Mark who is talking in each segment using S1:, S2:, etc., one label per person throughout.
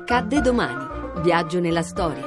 S1: Accadde domani. Viaggio nella storia.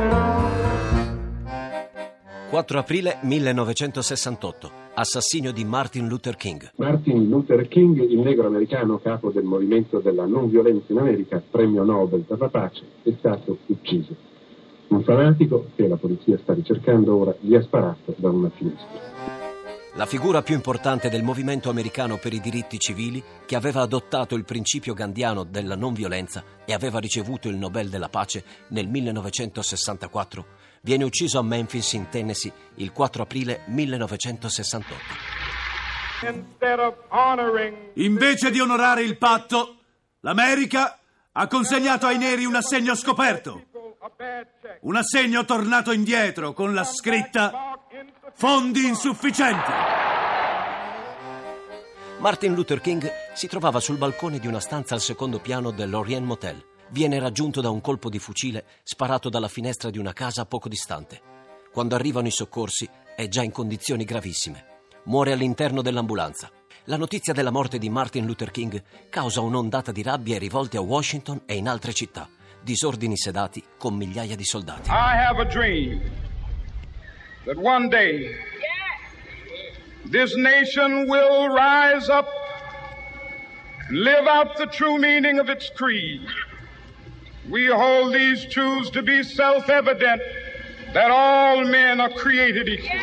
S2: 4 aprile 1968. Assassinio di Martin Luther King.
S3: Martin Luther King, il negro americano capo del movimento della non violenza in America, premio Nobel per la pace, è stato ucciso. Un fanatico, che la polizia sta ricercando ora, gli ha sparato da una finestra.
S2: La figura più importante del movimento americano per i diritti civili, che aveva adottato il principio gandhiano della non violenza e aveva ricevuto il Nobel della pace nel 1964, viene ucciso a Memphis, in Tennessee, il 4 aprile 1968.
S4: Invece di onorare il patto, l'America ha consegnato ai neri un assegno scoperto. Un assegno tornato indietro con la scritta «Fondi insufficienti».
S2: Martin Luther King si trovava sul balcone di una stanza al secondo piano dell'Orient Motel. Viene raggiunto da un colpo di fucile sparato dalla finestra di una casa poco distante. Quando arrivano i soccorsi è già in condizioni gravissime. Muore all'interno dell'ambulanza. La notizia della morte di Martin Luther King causa un'ondata di rabbia e rivolte a Washington e in altre città. Disordini sedati con migliaia di soldati.
S5: I have a dream that one day this nation will rise up and live out the true meaning of its creed. We hold these truths to be self-evident, that all men are created equal.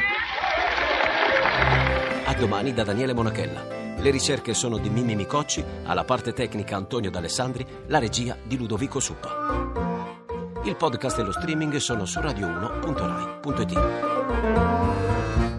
S2: A domani da Daniele Monachella. Le ricerche sono di Mimmi Micocci, alla parte tecnica Antonio D'Alessandri, la regia di Ludovico Suppa. Il podcast e lo streaming sono su radio1.rai.it.